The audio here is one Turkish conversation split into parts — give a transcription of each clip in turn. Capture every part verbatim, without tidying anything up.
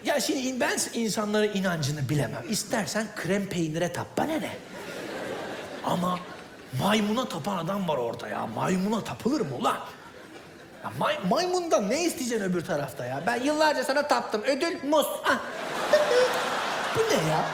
Ya şimdi ben insanların inancını bilemem. İstersen krem peynire tap, bana ne? Ama maymuna tapan adam var orada ya. Maymuna tapılır mı ulan? Ya may maymundan ne isteyeceksin öbür tarafta ya? Ben yıllarca sana taptım. Ödül muz. Ah. Bu ne ya?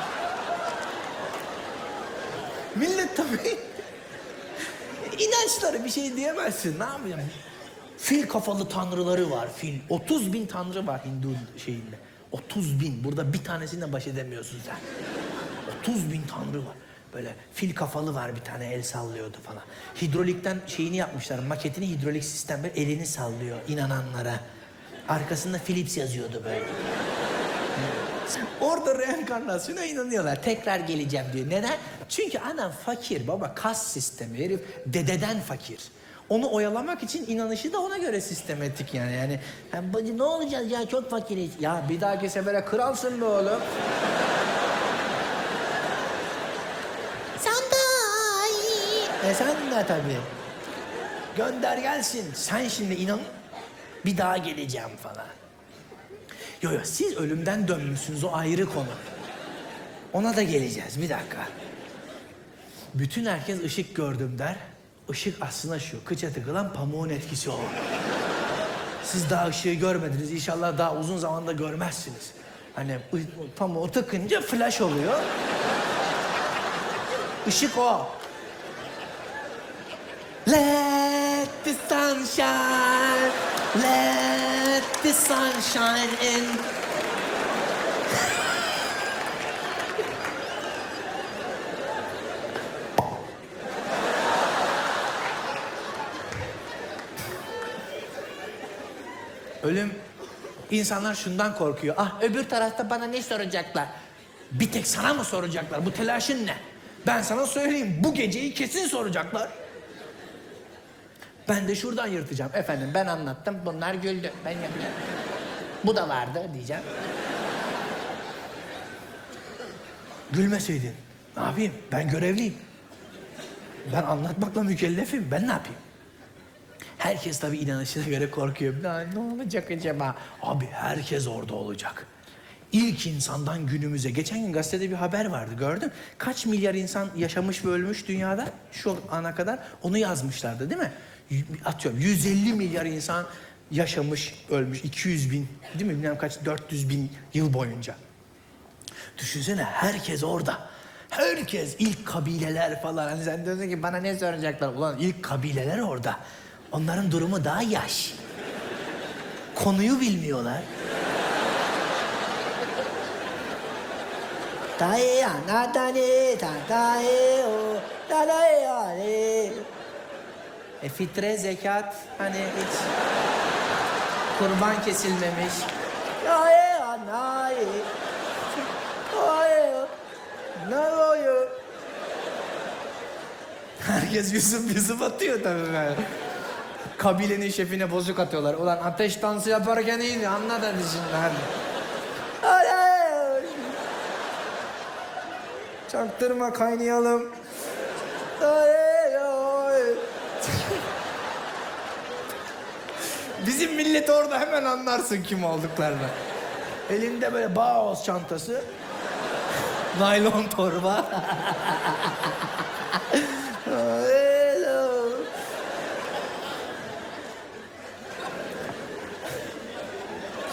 Millet tabii... İnançları bir şey diyemezsin. Ne yapayım? Fil kafalı tanrıları var. Fil. otuz bin tanrı var Hindu şeyinde. otuz bin. Burada bir tanesinden baş edemiyorsun sen. otuz bin tanrı var. Böyle fil kafalı var, bir tane el sallıyordu falan. Hidrolikten şeyini yapmışlar, maketini, hidrolik sistem, böyle elini sallıyor inananlara. Arkasında Philips yazıyordu böyle. Orada reenkarnasyona inanıyorlar. Tekrar geleceğim diyor. Neden? Çünkü adam fakir baba, kas sistemi. Herif dededen fakir. Onu oyalamak için inanışı da ona göre sistematik yani. Yani, yani ne olacağız ya, çok fakiriz. Ya bir dahaki sefere kralsın be oğlum. E sen de tabii. Gönder gelsin. Sen şimdi inan, bir daha geleceğim falan. Yo yo, siz ölümden dönmüşsünüz, o ayrı konu. Ona da geleceğiz, bir dakika. Bütün herkes ışık gördüm der. Işık aslında şu, kıça tıkılan pamuğun etkisi o. Siz daha ışığı görmediniz, inşallah daha uzun zamanda görmezsiniz. Hani pamuğu tıkınca flash oluyor. Işık o. Let the sun shine, let the sun shine in. Ölüm, insanlar şundan korkuyor. Ah, öbür tarafta bana ne soracaklar? Bir tek sana mı soracaklar? Bu telaşın ne? Ben sana söyleyeyim, bu geceyi kesin soracaklar. Ben de şuradan yırtacağım. Efendim ben anlattım, bunlar güldü. Ben yapacağım. Bu da vardı diyeceğim. Gülmeseydin ne yapayım? Ben görevliyim. Ben anlatmakla mükellefim. Ben ne yapayım? Herkes tabii inanışına göre korkuyor. Ne olacak acaba? Abi herkes orada olacak. İlk insandan günümüze. Geçen gün gazetede bir haber vardı, gördün. Kaç milyar insan yaşamış ve ölmüş dünyada şu ana kadar, onu yazmışlardı değil mi? Atıyorum yüz elli milyar insan yaşamış, ölmüş, iki yüz bin değil mi? Bilmem kaç, dört yüz bin yıl boyunca. Düşünsene, herkes orada. Herkes, ilk kabileler falan. Hani sen diyorsun ki bana ne soracaklar? Ulan ilk kabileler orada. Onların durumu daha yaş. Konuyu bilmiyorlar. Daya nadane tatae o dadaya. E fitre, zekat, hani hiç kurban kesilmemiş. Daya nae. Daya nae. Herkes yüzüm yüzüm atıyor tabii böyle. Kabilenin şefine bozuk atıyorlar. Ulan ateş dansı yaparken iyiydi, anla da şimdi hadi. Çaktırma, kaynayalım. Bizim millet orada hemen anlarsın kim olduklarını. Elinde böyle Bauhaus çantası, naylon torba.